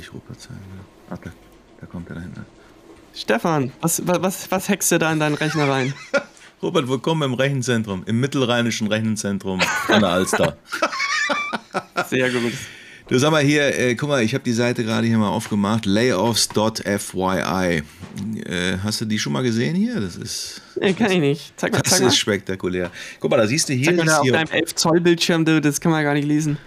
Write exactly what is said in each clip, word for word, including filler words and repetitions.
ich Rupert zeigen will. Ach, da, da kommt er da hinten. Stefan, was, was, was hackst du da in deinen Rechner rein? Robert, willkommen im Rechenzentrum, im mittelrheinischen Rechenzentrum an der Alster. Sehr gut. Du, sag mal hier, äh, guck mal, ich habe die Seite gerade hier mal aufgemacht, layoffs Punkt F Y I. Äh, hast du die schon mal gesehen hier? Das ist... Nee, kann ich nicht. Zeig mal, das zeig mal. ist spektakulär. Guck mal, da siehst du hier... Zeig mal da auf hier deinem elf Zoll Bildschirm, du, das kann man gar nicht lesen.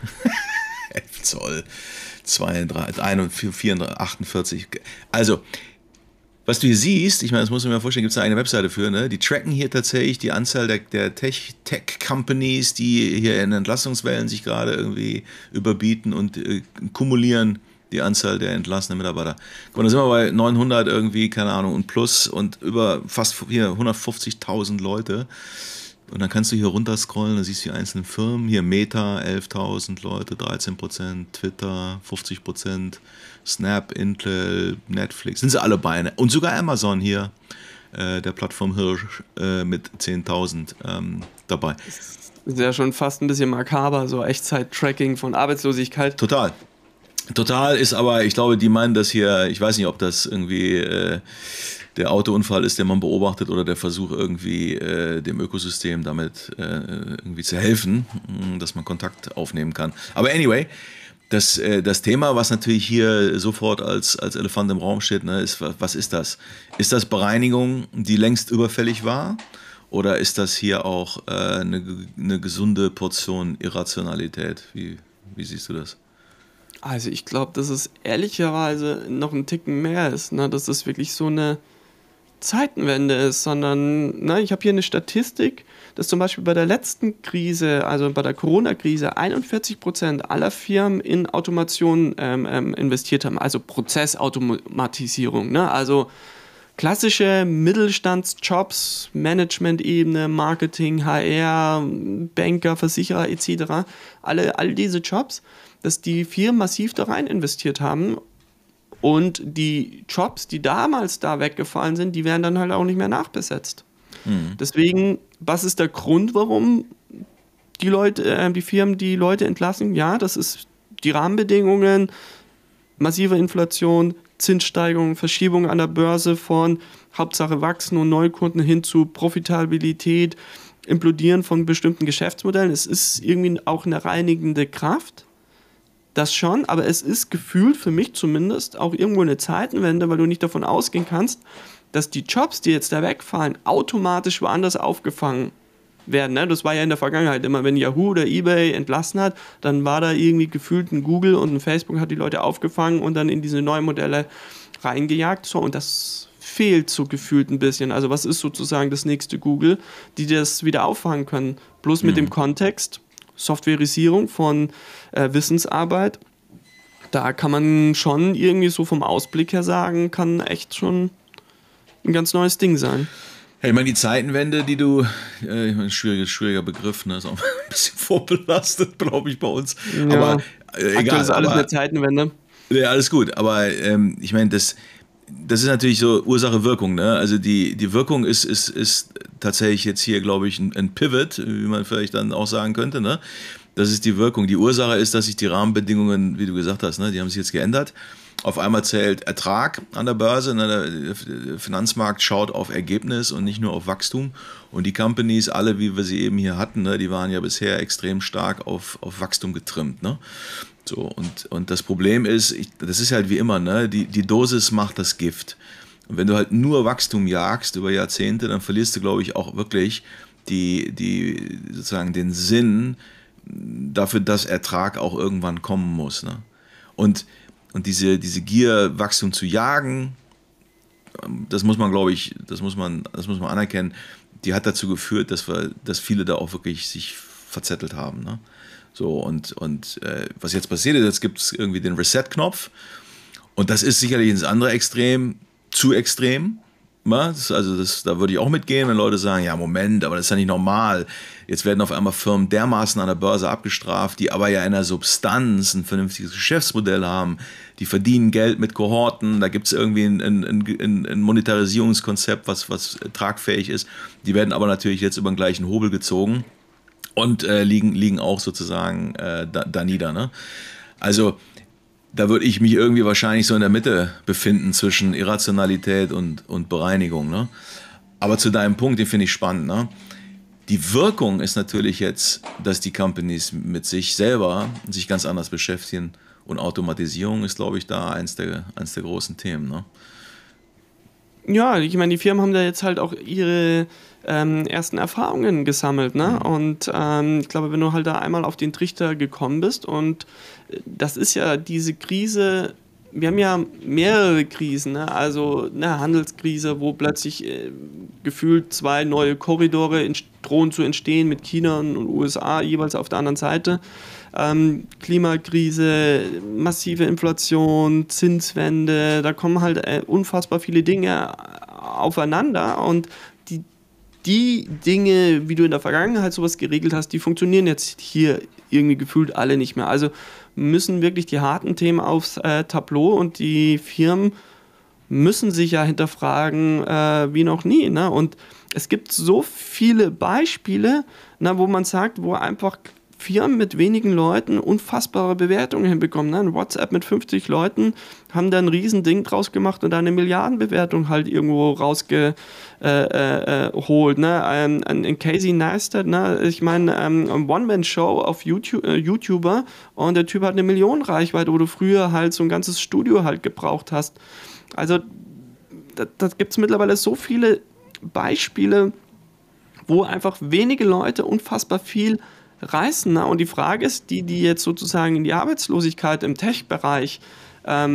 elf Zoll, zweiunddreißig, einundvierzig, vierundvierzig, achtundvierzig. Also... Was du hier siehst, ich meine, das muss man mir vorstellen, gibt es eine eigene Webseite für, ne? Die tracken hier tatsächlich die Anzahl der, der Tech, Tech-Companies, die hier in Entlassungswellen sich gerade irgendwie überbieten und äh, kumulieren die Anzahl der entlassenen Mitarbeiter. Guck mal, da sind wir bei neunhundert irgendwie, keine Ahnung, und plus und über fast hier hundertfünfzigtausend Leute. Und dann kannst du hier runterscrollen, da siehst du die einzelnen Firmen. Hier Meta, elftausend Leute, dreizehn Prozent, Twitter, fünfzig Prozent, Snap, Intel, Netflix, sind sie alle bei. Und sogar Amazon hier, äh, der Plattformhirsch, äh, mit zehntausend ähm, dabei. Das ist ja schon fast ein bisschen makaber, so Echtzeit-Tracking von Arbeitslosigkeit. Total. Total ist aber, ich glaube, die meinen das hier, ich weiß nicht, ob das irgendwie... Äh, der Autounfall ist, den man beobachtet, oder der Versuch irgendwie äh, dem Ökosystem damit äh, irgendwie zu helfen, dass man Kontakt aufnehmen kann. Aber anyway, das, äh, das Thema, was natürlich hier sofort als, als Elefant im Raum steht, ne, ist, was ist das? Ist das Bereinigung, die längst überfällig war? Oder ist das hier auch äh, eine, eine gesunde Portion Irrationalität? Wie, wie siehst du das? Also ich glaube, dass es ehrlicherweise noch ein Ticken mehr ist, ne? Dass es wirklich so eine Zeitenwende ist, sondern ne, ich habe hier eine Statistik, dass zum Beispiel bei der letzten Krise, also bei der Corona-Krise, einundvierzig Prozent aller Firmen in Automation ähm, ähm, investiert haben, also Prozessautomatisierung, ne? Also klassische Mittelstandsjobs, Management-Ebene, Marketing, H R, Banker, Versicherer et cetera, alle, all diese Jobs, dass die Firmen massiv da rein investiert haben. Und die Jobs, die damals da weggefallen sind, die werden dann halt auch nicht mehr nachbesetzt. Mhm. Deswegen, was ist der Grund, warum die Leute, äh, die Firmen die Leute entlassen? Ja, das ist die Rahmenbedingungen, massive Inflation, Zinssteigerungen, Verschiebung an der Börse von Hauptsache wachsen und Neukunden hin zu Profitabilität, Implodieren von bestimmten Geschäftsmodellen. Es ist irgendwie auch eine reinigende Kraft. Das schon, aber es ist gefühlt für mich zumindest auch irgendwo eine Zeitenwende, weil du nicht davon ausgehen kannst, dass die Jobs, die jetzt da wegfallen, automatisch woanders aufgefangen werden. Ne? Das war ja in der Vergangenheit immer, wenn Yahoo oder eBay entlassen hat, dann war da irgendwie gefühlt ein Google und ein Facebook hat die Leute aufgefangen und dann in diese neuen Modelle reingejagt. So, und das fehlt so gefühlt ein bisschen. Also was ist sozusagen das nächste Google, die das wieder auffangen können? Bloß mit mhm. dem Kontext, Softwarisierung von äh, Wissensarbeit, da kann man schon irgendwie so vom Ausblick her sagen, kann echt schon ein ganz neues Ding sein. Ja, ich meine, die Zeitenwende, die du, äh, ich meine, schwieriger, schwieriger Begriff, ne, ist auch ein bisschen vorbelastet, glaube ich, bei uns. Ja, aber äh, egal. ist alles aber, eine Zeitenwende. Ja, alles gut, aber ähm, ich meine, das, das ist natürlich so Ursache-Wirkung, ne? Also die, die Wirkung ist, ist, ist tatsächlich jetzt hier, glaube ich, ein, ein Pivot, wie man vielleicht dann auch sagen könnte, ne? Das ist die Wirkung. Die Ursache ist, dass sich die Rahmenbedingungen, wie du gesagt hast, ne, die haben sich jetzt geändert. Auf einmal zählt Ertrag an der Börse. Ne, der Finanzmarkt schaut auf Ergebnis und nicht nur auf Wachstum. Und die Companies, alle, wie wir sie eben hier hatten, ne, die waren ja bisher extrem stark auf, auf Wachstum getrimmt. Ne? So, und, und das Problem ist, ich, das ist halt wie immer, ne, die, die Dosis macht das Gift. Und wenn du halt nur Wachstum jagst über Jahrzehnte, dann verlierst du, glaube ich, auch wirklich die, die, sozusagen den Sinn dafür, dass Ertrag auch irgendwann kommen muss. Ne? Und, und diese, diese Gier, Wachstum zu jagen, das muss man, glaube ich, das muss man, das muss man anerkennen, die hat dazu geführt, dass wir, dass viele da auch wirklich sich verzettelt haben. Ne? So, und, und äh, was jetzt passiert ist, jetzt gibt es irgendwie den Reset-Knopf und das ist sicherlich ins andere Extrem, zu extrem. Das, also das, da würde ich auch mitgehen, wenn Leute sagen, ja Moment, aber das ist ja nicht normal. Jetzt werden auf einmal Firmen dermaßen an der Börse abgestraft, die aber ja in der Substanz ein vernünftiges Geschäftsmodell haben. Die verdienen Geld mit Kohorten, da gibt es irgendwie ein, ein, ein, ein Monetarisierungskonzept, was, was tragfähig ist. Die werden aber natürlich jetzt über den gleichen Hobel gezogen und äh, liegen, liegen auch sozusagen äh, da, da nieder. Ne? Also da würde ich mich irgendwie wahrscheinlich so in der Mitte befinden zwischen Irrationalität und, und Bereinigung. Ne? Aber zu deinem Punkt, den finde ich spannend. Ne? Die Wirkung ist natürlich jetzt, dass die Companies mit sich selber sich ganz anders beschäftigen. Und Automatisierung ist, glaube ich, da eins der, eins der großen Themen. Ne? Ja, ich meine, die Firmen haben da jetzt halt auch ihre ähm, ersten Erfahrungen gesammelt, ne? Mhm. Und ähm, ich glaube, wenn du halt da einmal auf den Trichter gekommen bist und das ist ja diese Krise, wir haben ja mehrere Krisen, ne? Also eine Handelskrise, wo plötzlich äh, gefühlt zwei neue Korridore drohen zu entstehen mit China und U S A jeweils auf der anderen Seite. Ähm, Klimakrise, massive Inflation, Zinswende, da kommen halt äh, unfassbar viele Dinge aufeinander und die, die Dinge, wie du in der Vergangenheit sowas geregelt hast, die funktionieren jetzt hier irgendwie gefühlt alle nicht mehr. Also müssen wirklich die harten Themen aufs äh, Tableau und die Firmen müssen sich ja hinterfragen äh, wie noch nie. Ne? Und es gibt so viele Beispiele, na, wo man sagt, wo einfach Firmen mit wenigen Leuten unfassbare Bewertungen hinbekommen. Ne? Ein WhatsApp mit fünfzig Leuten haben da ein Riesending draus gemacht und da eine Milliardenbewertung halt irgendwo rausgeholt. Äh, äh, ne? Ein, ein Casey Neistat, ne? Ich meine, ähm, ein One-Man-Show auf YouTube, äh, YouTuber und der Typ hat eine Million Reichweite, wo du früher halt so ein ganzes Studio halt gebraucht hast. Also da, da gibt es mittlerweile so viele Beispiele, wo einfach wenige Leute unfassbar viel reißen. Ne? Und die Frage ist, die, die jetzt sozusagen in die Arbeitslosigkeit im Tech-Bereich ähm,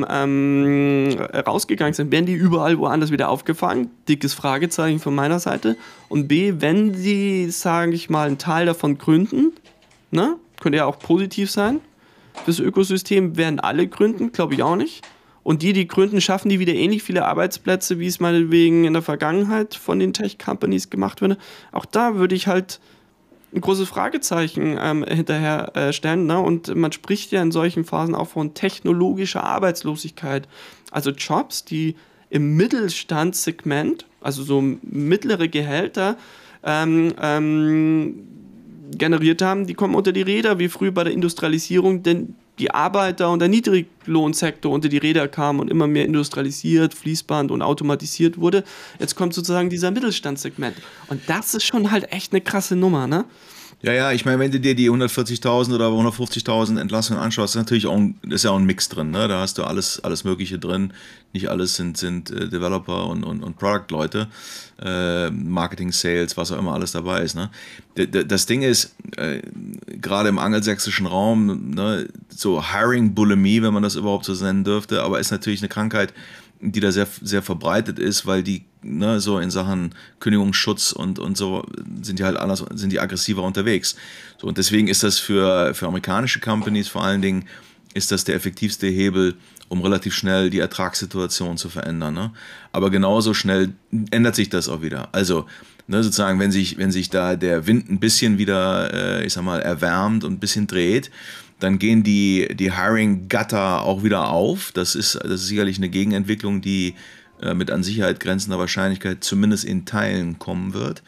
ähm, rausgegangen sind, werden die überall woanders wieder aufgefangen? Dickes Fragezeichen von meiner Seite. Und B, wenn sie, sage ich mal, einen Teil davon gründen, ne? Könnte ja auch positiv sein, fürs Ökosystem werden alle gründen, glaube ich auch nicht. Und die, die gründen, schaffen die wieder ähnlich viele Arbeitsplätze, wie es meinetwegen in der Vergangenheit von den Tech-Companies gemacht wurde. Auch da würde ich halt ein großes Fragezeichen ähm, hinterher äh, stellen. Ne? Und man spricht ja in solchen Phasen auch von technologischer Arbeitslosigkeit. Also Jobs, die im Mittelstandssegment, also so mittlere Gehälter, ähm, ähm, generiert haben, die kommen unter die Räder, wie früher bei der Industrialisierung, denn die Arbeiter und der Niedriglohnsektor unter die Räder kamen und immer mehr industrialisiert, Fließband und automatisiert wurde. Jetzt kommt sozusagen dieser Mittelstandssegment. Und das ist schon halt echt eine krasse Nummer, ne? Ja, ja, ich meine, wenn du dir die hundertvierzigtausend oder hundertfünfzigtausend Entlassungen anschaust, ist natürlich auch ein, ist ja auch ein Mix drin. Ne? Da hast du alles, alles Mögliche drin. Nicht alles sind, sind äh, Developer und, und, und Product-Leute, äh, Marketing, Sales, was auch immer alles dabei ist. Ne? D- d- das Ding ist, äh, gerade im angelsächsischen Raum, ne, so Hiring-Bulimie, wenn man das überhaupt so nennen dürfte, aber ist natürlich eine Krankheit, die da sehr, sehr verbreitet ist, weil die, ne, so in Sachen Kündigungsschutz und, und so sind die halt anders, sind die aggressiver unterwegs. So, und deswegen ist das für, für amerikanische Companies vor allen Dingen, ist das der effektivste Hebel, um relativ schnell die Ertragssituation zu verändern. Ne? Aber genauso schnell ändert sich das auch wieder. Also, ne, sozusagen, wenn sich, wenn sich da der Wind ein bisschen wieder, äh, ich sag mal, erwärmt und ein bisschen dreht, dann gehen die, die Hiring-Gutter auch wieder auf. Das ist, das ist sicherlich eine Gegenentwicklung, die äh, mit an Sicherheit grenzender Wahrscheinlichkeit zumindest in Teilen kommen wird.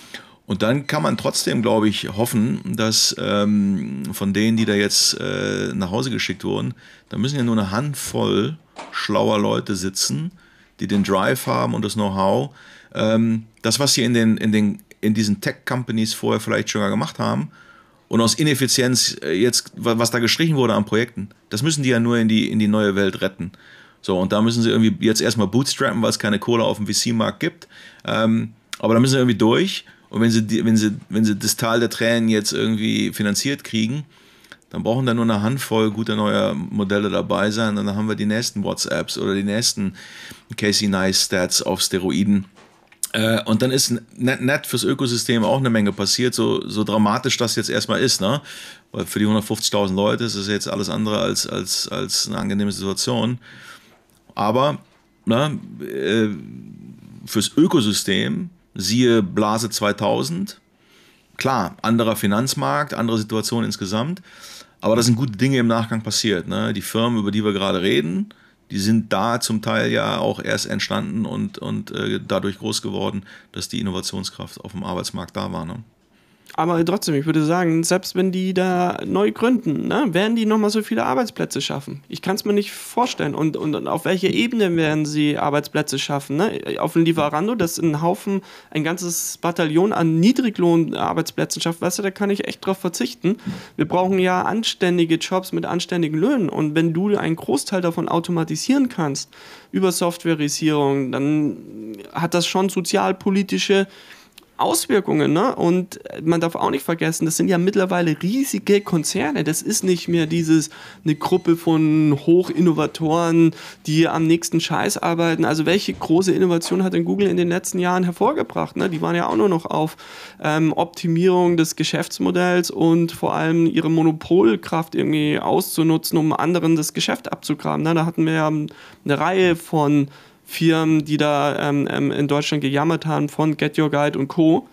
Und dann kann man trotzdem, glaube ich, hoffen, dass ähm, von denen, die da jetzt äh, nach Hause geschickt wurden, da müssen ja nur eine Handvoll schlauer Leute sitzen, die den Drive haben und das Know-how. Ähm, das, was sie in, den, in, den, in diesen Tech-Companies vorher vielleicht schon gemacht haben, und aus Ineffizienz jetzt, was da gestrichen wurde an Projekten, das müssen die ja nur in die, in die neue Welt retten. So, und da müssen sie irgendwie jetzt erstmal bootstrappen, weil es keine Kohle auf dem V C-Markt gibt. Ähm, aber da müssen sie irgendwie durch. Und wenn sie, wenn, sie, wenn sie das Tal der Tränen jetzt irgendwie finanziert kriegen, dann brauchen da nur eine Handvoll guter neuer Modelle dabei sein. Und dann haben wir die nächsten WhatsApps oder die nächsten Casey Neistats auf Steroiden. Äh, und dann ist net, net fürs Ökosystem auch eine Menge passiert, so, so dramatisch das jetzt erstmal ist, ne? Weil für die hundertfünfzigtausend Leute ist es jetzt alles andere als, als, als eine angenehme Situation. Aber ne, äh, fürs Ökosystem, siehe Blase zweitausend, klar, anderer Finanzmarkt, andere Situation insgesamt, aber da sind gute Dinge im Nachgang passiert. Ne? Die Firmen, über die wir gerade reden, die sind da zum Teil ja auch erst entstanden und, und äh, dadurch groß geworden, dass die Innovationskraft auf dem Arbeitsmarkt da war. Ne? Aber trotzdem, ich würde sagen, selbst wenn die da neu gründen, ne, werden die nochmal so viele Arbeitsplätze schaffen. Ich kann es mir nicht vorstellen. Und, und, und auf welcher Ebene werden sie Arbeitsplätze schaffen? Ne? Auf dem Lieferando, das ein Haufen, ein ganzes Bataillon an Niedriglohnarbeitsplätzen schafft, weißt du, da kann ich echt drauf verzichten. Wir brauchen ja anständige Jobs mit anständigen Löhnen. Und wenn du einen Großteil davon automatisieren kannst, über Softwareisierung, dann hat das schon sozialpolitische Auswirkungen, ne? Und man darf auch nicht vergessen, das sind ja mittlerweile riesige Konzerne. Das ist nicht mehr dieses, eine Gruppe von Hochinnovatoren, die am nächsten Scheiß arbeiten. Also welche große Innovation hat denn Google in den letzten Jahren hervorgebracht? Ne? Die waren ja auch nur noch auf ähm, Optimierung des Geschäftsmodells und vor allem ihre Monopolkraft irgendwie auszunutzen, um anderen das Geschäft abzugraben. Ne? Da hatten wir ja eine Reihe von Firmen, die da ähm, in Deutschland gejammert haben, von Get Your Guide und Co.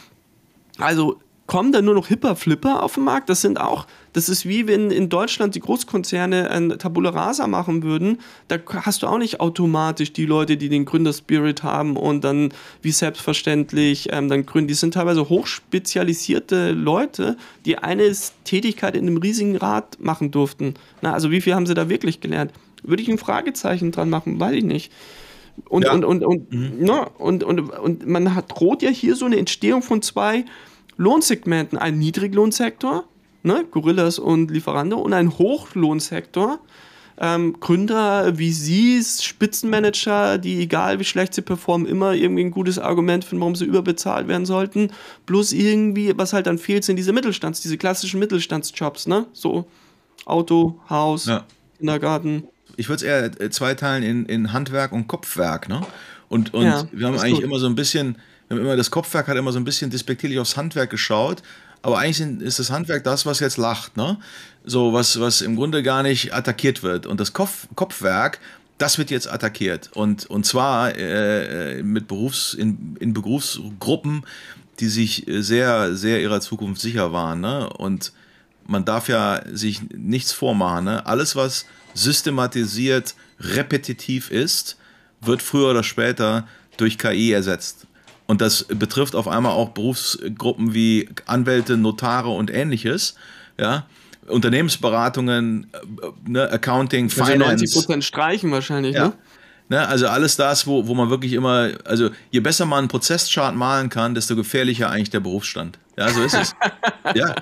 Also kommen da nur noch Hipper-Flipper auf den Markt? Das sind auch, das ist wie wenn in Deutschland die Großkonzerne ein Tabula Rasa machen würden. Da hast du auch nicht automatisch die Leute, die den Gründerspirit haben und dann wie selbstverständlich ähm, dann gründen. Die sind teilweise hochspezialisierte Leute, die eine Tätigkeit in einem riesigen Rad machen durften. Na, also wie viel haben sie da wirklich gelernt? Würde ich ein Fragezeichen dran machen, weiß ich nicht. Und, ja. und, und, und, mhm. ne, und, und, und man hat, droht ja hier so eine Entstehung von zwei Lohnsegmenten. Ein Niedriglohnsektor, ne, Gorillas und Lieferando, und ein Hochlohnsektor. Ähm, Gründer, V Cs, Spitzenmanager, die, egal wie schlecht sie performen, immer irgendwie ein gutes Argument finden, warum sie überbezahlt werden sollten. Plus irgendwie, was halt dann fehlt, sind diese Mittelstands, diese klassischen Mittelstandsjobs, ne? So Auto, Haus, ja. Kindergarten. Ich würde es eher zweiteilen in, in Handwerk und Kopfwerk, ne? Und, und ja, wir haben eigentlich gut. immer so ein bisschen, wir haben immer, das Kopfwerk hat immer so ein bisschen despektierlich aufs Handwerk geschaut, aber eigentlich sind, ist das Handwerk das, was jetzt lacht, ne? So, was, was im Grunde gar nicht attackiert wird. Und das Kopf, Kopfwerk, das wird jetzt attackiert. Und, und zwar äh, mit Berufs, in, in Berufsgruppen, die sich sehr, sehr ihrer Zukunft sicher waren, ne? Und man darf ja sich nichts vormachen, ne? Alles, was systematisiert, repetitiv ist, wird früher oder später durch K I ersetzt. Und das betrifft auf einmal auch Berufsgruppen wie Anwälte, Notare und ähnliches, ja, Unternehmensberatungen, ne, Accounting, also Finance. neunzig Prozent streichen wahrscheinlich, ja. ne? Ne, also alles das, wo, wo man wirklich immer, also je besser man einen Prozesschart malen kann, desto gefährlicher eigentlich der Berufsstand. Ja, so ist es. ja.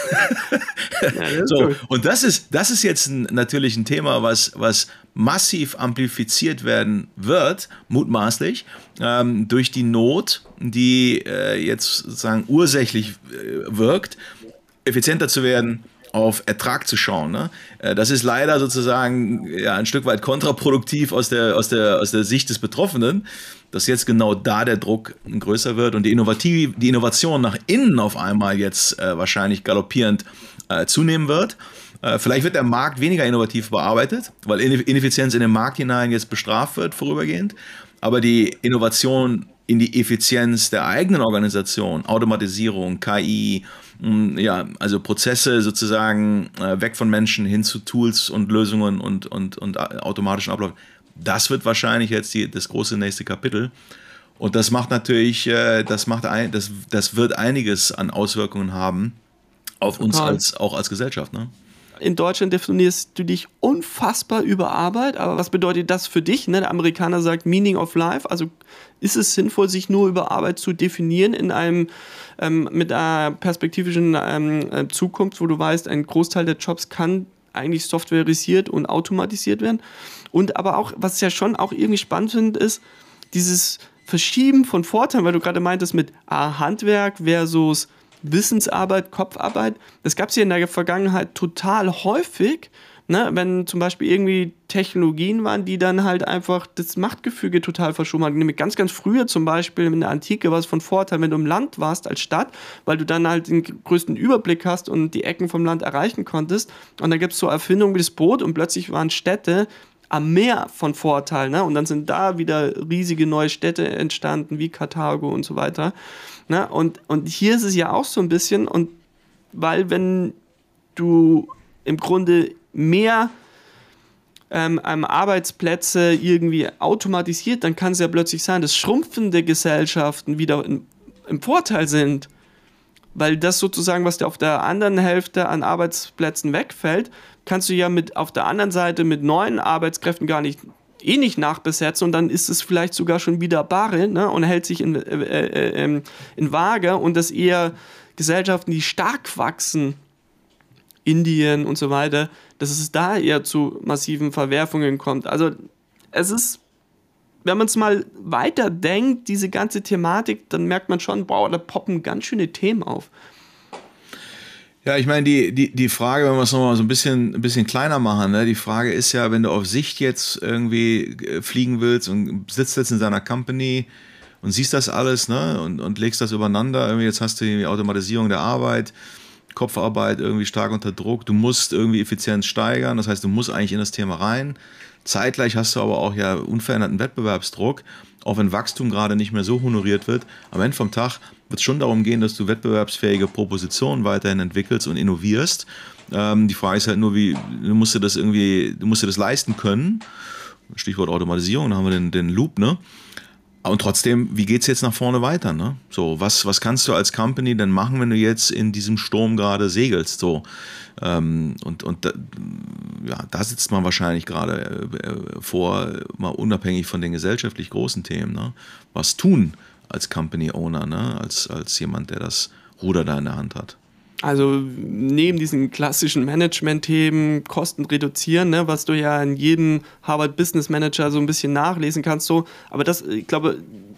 ja so, und das ist, das ist jetzt ein, natürlich ein Thema, was, was massiv amplifiziert werden wird, mutmaßlich, ähm, durch die Not, die äh, jetzt sozusagen ursächlich äh, wirkt, effizienter zu werden, auf Ertrag zu schauen. Ne? Das ist leider sozusagen ja, ein Stück weit kontraproduktiv aus der, aus, der, aus der Sicht des Betroffenen, dass jetzt genau da der Druck größer wird und die, Innovativ die Innovation nach innen auf einmal jetzt äh, wahrscheinlich galoppierend äh, zunehmen wird. Äh, vielleicht wird der Markt weniger innovativ bearbeitet, weil Ineffizienz in den Markt hinein jetzt bestraft wird vorübergehend, aber die Innovation in die Effizienz der eigenen Organisation, Automatisierung, K I, ja, also Prozesse sozusagen äh, weg von Menschen hin zu Tools und Lösungen und, und, und automatischen Ablauf. Das wird wahrscheinlich jetzt die, das große nächste Kapitel. Und das macht natürlich, äh, das, macht ein, das, das wird einiges an Auswirkungen haben auf uns als, auch als Gesellschaft, ne? In Deutschland definierst du dich unfassbar über Arbeit, aber was bedeutet das für dich? Ne? Der Amerikaner sagt Meaning of Life, also ist es sinnvoll, sich nur über Arbeit zu definieren in einem ähm, mit einer perspektivischen ähm, Zukunft, wo du weißt, ein Großteil der Jobs kann eigentlich softwareisiert und automatisiert werden. Und aber auch, was ich ja schon auch irgendwie spannend finde, ist dieses Verschieben von Vorteilen, weil du gerade meintest mit ah, Handwerk versus Wissensarbeit, Kopfarbeit, das gab es ja in der Vergangenheit total häufig, ne? Wenn zum Beispiel irgendwie Technologien waren, die dann halt einfach das Machtgefüge total verschoben haben. Nämlich ganz, ganz früher zum Beispiel in der Antike war es von Vorteil, wenn du im Land warst als Stadt, weil du dann halt den größten Überblick hast und die Ecken vom Land erreichen konntest. Und dann gibt es so Erfindungen wie das Boot und plötzlich waren Städte am Meer von Vorteil, ne? Und dann sind da wieder riesige neue Städte entstanden, wie Karthago und so weiter. Ne? Und, und hier ist es ja auch so ein bisschen, und weil wenn du im Grunde mehr ähm, Arbeitsplätze irgendwie automatisiert, dann kann es ja plötzlich sein, dass schrumpfende Gesellschaften wieder in, im Vorteil sind. weil das sozusagen, was dir auf der anderen Hälfte an Arbeitsplätzen wegfällt, kannst du ja mit auf der anderen Seite mit neuen Arbeitskräften gar nicht eh nicht nachbesetzen und dann ist es vielleicht sogar schon wieder bare, ne, und hält sich in, äh, äh, in Waage und das eher Gesellschaften, die stark wachsen, Indien und so weiter, dass es da eher zu massiven Verwerfungen kommt. Also es ist, wenn man es mal weiterdenkt, diese ganze Thematik, dann merkt man schon, wow, da poppen ganz schöne Themen auf. Ja, ich meine, die, die, die Frage, wenn wir es nochmal so ein bisschen, ein bisschen kleiner machen, ne, die Frage ist ja, wenn du auf Sicht jetzt irgendwie fliegen willst und sitzt jetzt in seiner Company und siehst das alles, ne, und, und legst das übereinander, irgendwie jetzt hast du die Automatisierung der Arbeit, Kopfarbeit irgendwie stark unter Druck, du musst irgendwie Effizienz steigern, das heißt, du musst eigentlich in das Thema rein. Zeitgleich hast du aber auch ja unveränderten Wettbewerbsdruck, auch wenn Wachstum gerade nicht mehr so honoriert wird. Am Ende vom Tag wird es schon darum gehen, dass du wettbewerbsfähige Propositionen weiterhin entwickelst und innovierst. Ähm, die Frage ist halt nur, wie du musst dir das irgendwie, du musst dir das leisten können. Stichwort Automatisierung, da haben wir den, den Loop, ne? Und trotzdem, wie geht es jetzt nach vorne weiter? Ne? So, was, was kannst du als Company denn machen, wenn du jetzt in diesem Sturm gerade segelst? So, ähm, und und da, ja, da sitzt man wahrscheinlich gerade äh, vor, mal unabhängig von den gesellschaftlich großen Themen. Ne? Was tun als Company Owner, ne? als, als jemand, der das Ruder da in der Hand hat? Also neben diesen klassischen Management-Themen, Kosten reduzieren, ne, was du ja in jedem Harvard Business Manager so ein bisschen nachlesen kannst, so, aber das, ich glaube,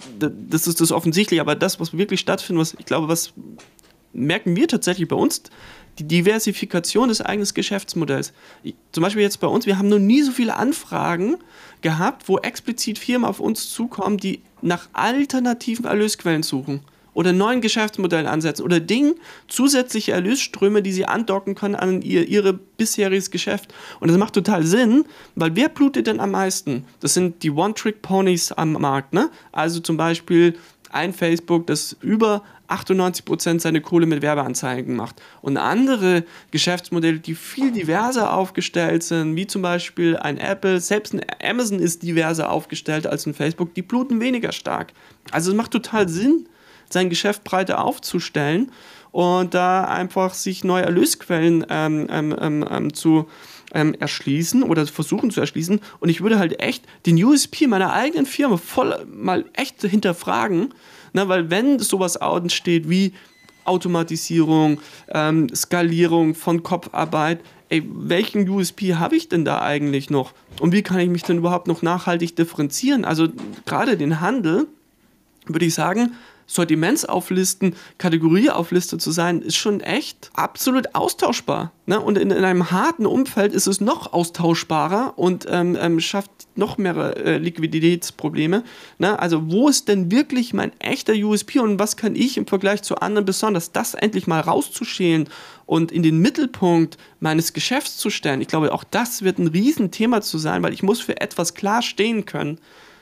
das ist das offensichtlich, aber das, was wirklich stattfindet, was, ich glaube, was merken wir tatsächlich bei uns, die Diversifikation des eigenen Geschäftsmodells. Ich, zum Beispiel jetzt bei uns, wir haben noch nie so viele Anfragen gehabt, wo explizit Firmen auf uns zukommen, die nach alternativen Erlösquellen suchen. Oder neuen Geschäftsmodellen ansetzen oder Dingen, zusätzliche Erlösströme, die sie andocken können an ihr ihre bisheriges Geschäft. Und das macht total Sinn, weil wer blutet denn am meisten? Das sind die One-Trick-Ponys am Markt, ne? Also zum Beispiel ein Facebook, das über achtundneunzig Prozent seine Kohle mit Werbeanzeigen macht. Und andere Geschäftsmodelle, die viel diverser aufgestellt sind, wie zum Beispiel ein Apple, selbst ein Amazon ist diverser aufgestellt als ein Facebook, die bluten weniger stark. Also es macht total Sinn, sein Geschäft breiter aufzustellen und da einfach sich neue Erlösquellen ähm, ähm, ähm, zu ähm, erschließen oder versuchen zu erschließen. Und ich würde halt echt den U S P meiner eigenen Firma voll mal echt hinterfragen, ne, weil wenn sowas ansteht wie Automatisierung, ähm, Skalierung von Kopfarbeit, ey, welchen U S P habe ich denn da eigentlich noch? Und wie kann ich mich denn überhaupt noch nachhaltig differenzieren? Also gerade den Handel, würde ich sagen, Sortimentsauflisten, Kategorieaufliste zu sein, ist schon echt absolut austauschbar. Ne? Und in, in einem harten Umfeld ist es noch austauschbarer und ähm, ähm, schafft noch mehr äh, Liquiditätsprobleme. Ne? Also wo ist denn wirklich mein echter U S P und was kann ich im Vergleich zu anderen besonders, das endlich mal rauszuschälen und in den Mittelpunkt meines Geschäfts zu stellen. Ich glaube, auch das wird ein Riesenthema zu sein, weil ich muss für etwas klar stehen können.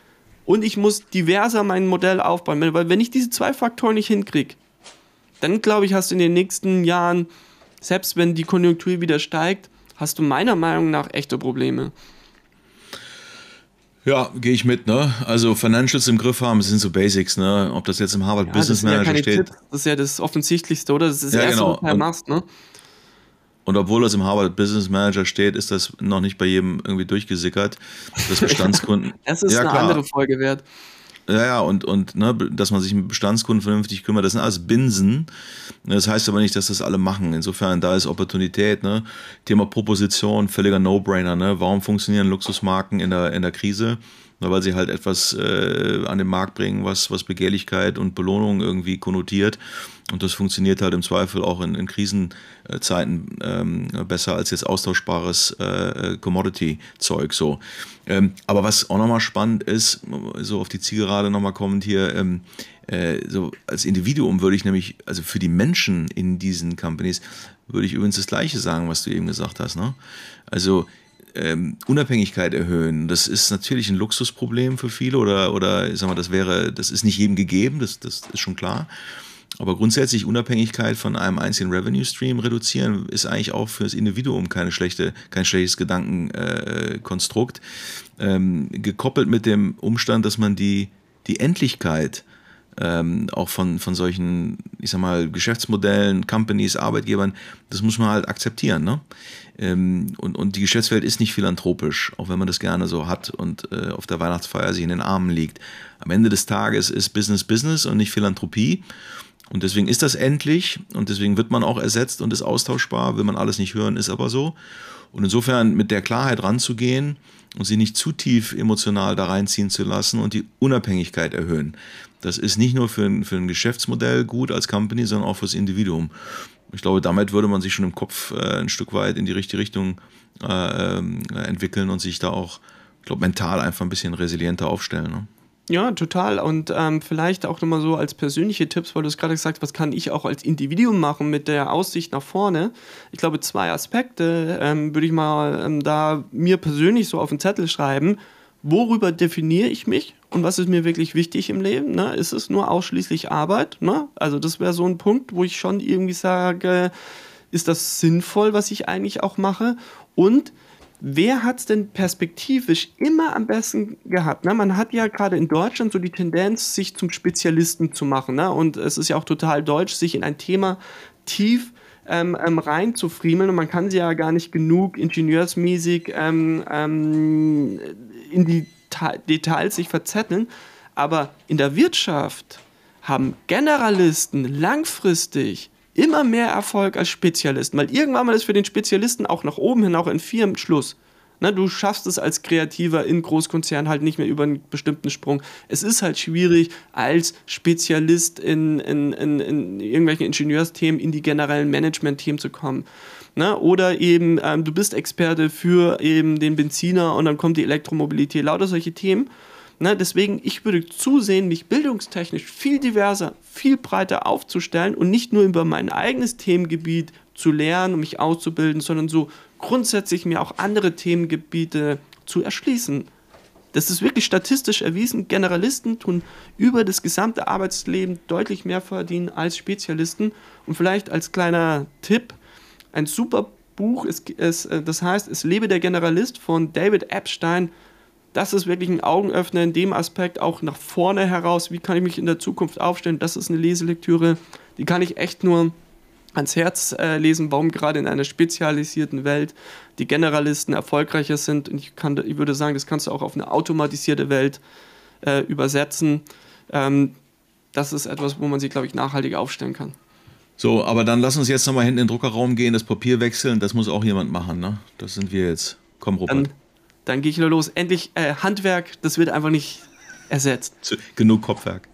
Und ich muss diverser mein Modell aufbauen. Weil wenn ich diese zwei Faktoren nicht hinkriege, dann glaube ich, hast du in den nächsten Jahren, selbst wenn die Konjunktur wieder steigt, hast du meiner Meinung nach echte Probleme. Ja, gehe ich mit, ne? Also Financials im Griff haben, das sind so Basics, ne? Ob das jetzt im Harvard ja, Business Manager ja steht. Tipps. Das ist ja das Offensichtlichste, oder? Das ist das ja, Erste, genau. was du halt machst, ne? Und obwohl das im Harvard Business Manager steht, ist das noch nicht bei jedem irgendwie durchgesickert, dass Bestandskunden... Das ist ja, eine klar. andere Folge wert. Ja, ja, und, und ne, dass man sich mit Bestandskunden vernünftig kümmert, das sind alles Binsen. Das heißt aber nicht, dass das alle machen. Insofern, da ist Opportunität, ne? Thema Proposition, völliger No-Brainer, ne? Warum funktionieren Luxusmarken in der, in der Krise? Weil sie halt etwas äh, an den Markt bringen, was, was Begehrlichkeit und Belohnung irgendwie konnotiert. Und das funktioniert halt im Zweifel auch in, in Krisenzeiten ähm, besser als jetzt austauschbares äh, Commodity-Zeug. So. Ähm, aber was auch nochmal spannend ist, so auf die Zielgerade nochmal kommend hier, ähm, äh, so als Individuum würde ich nämlich, also für die Menschen in diesen Companies, würde ich übrigens das Gleiche sagen, was du eben gesagt hast. Ne? Also Ähm, Unabhängigkeit erhöhen, das ist natürlich ein Luxusproblem für viele oder, oder ich sag mal, das wäre, das ist nicht jedem gegeben, das, das ist schon klar. Aber grundsätzlich Unabhängigkeit von einem einzigen Revenue Stream reduzieren ist eigentlich auch für das Individuum keine schlechte, kein schlechtes Gedankenkonstrukt. Äh, ähm, gekoppelt mit dem Umstand, dass man die, die Endlichkeit ähm, auch von, von solchen, ich sag mal, Geschäftsmodellen, Companies, Arbeitgebern, das muss man halt akzeptieren. Ne? Ähm, und, und die Geschäftswelt ist nicht philanthropisch, auch wenn man das gerne so hat und äh, auf der Weihnachtsfeier sich in den Armen liegt. Am Ende des Tages ist Business Business und nicht Philanthropie. Und deswegen ist das endlich und deswegen wird man auch ersetzt und ist austauschbar. Will man alles nicht hören, ist aber so. Und insofern mit der Klarheit ranzugehen und sie nicht zu tief emotional da reinziehen zu lassen und die Unabhängigkeit erhöhen. Das ist nicht nur für ein, für ein Geschäftsmodell gut als Company, sondern auch fürs Individuum. Ich glaube, damit würde man sich schon im Kopf äh, ein Stück weit in die richtige Richtung äh, äh, entwickeln und sich da auch, ich glaube, mental einfach ein bisschen resilienter aufstellen. Ne? Ja, total. Und ähm, vielleicht auch nochmal so als persönliche Tipps, weil du es gerade gesagt hast, was kann ich auch als Individuum machen mit der Aussicht nach vorne? Ich glaube, zwei Aspekte ähm, würde ich mal ähm, da mir persönlich so auf den Zettel schreiben. Worüber definiere ich mich und was ist mir wirklich wichtig im Leben? Ne? Ist es nur ausschließlich Arbeit? Ne? Also das wäre so ein Punkt, wo ich schon irgendwie sage, ist das sinnvoll, was ich eigentlich auch mache? Und wer hat es denn perspektivisch immer am besten gehabt? Ne? Man hat ja gerade in Deutschland so die Tendenz, sich zum Spezialisten zu machen. Ne? Und es ist ja auch total deutsch, sich in ein Thema tief ähm, ähm, reinzufriemeln. Und man kann sie ja gar nicht genug ingenieursmäßig ähm, ähm, in die Ta- Details sich verzetteln. Aber in der Wirtschaft haben Generalisten langfristig immer mehr Erfolg als Spezialisten, weil irgendwann mal ist für den Spezialisten auch nach oben hin, auch in Firmen, Schluss. Ne, du schaffst es als Kreativer in Großkonzernen halt nicht mehr über einen bestimmten Sprung. Es ist halt schwierig, als Spezialist in, in, in, in irgendwelchen Ingenieursthemen in die generellen Management-Themen zu kommen. Ne, oder eben, ähm, du bist Experte für eben den Benziner und dann kommt die Elektromobilität, lauter solche Themen. Ne, deswegen, ich würde zusehen, mich bildungstechnisch viel diverser, viel breiter aufzustellen und nicht nur über mein eigenes Themengebiet zu lernen und mich auszubilden, sondern so grundsätzlich mir auch andere Themengebiete zu erschließen. Das ist wirklich statistisch erwiesen. Generalisten tun über das gesamte Arbeitsleben deutlich mehr verdienen als Spezialisten. Und vielleicht als kleiner Tipp, ein super Buch, ist, ist, das heißt, Es lebe der Generalist von David Epstein. Das ist wirklich ein Augenöffner in dem Aspekt, auch nach vorne heraus, wie kann ich mich in der Zukunft aufstellen. Das ist eine Leselektüre, die kann ich echt nur ans Herz äh, lesen, warum gerade in einer spezialisierten Welt die Generalisten erfolgreicher sind. Und ich, kann, ich würde sagen, das kannst du auch auf eine automatisierte Welt äh, übersetzen. Ähm, das ist etwas, wo man sich, glaube ich, nachhaltig aufstellen kann. So, aber dann lass uns jetzt nochmal hinten in den Druckerraum gehen, das Papier wechseln, das muss auch jemand machen, ne? Das sind wir jetzt. Komm, Robert. Dann, dann gehe ich los. Endlich äh, Handwerk, das wird einfach nicht ersetzt. Genug Kopfwerk.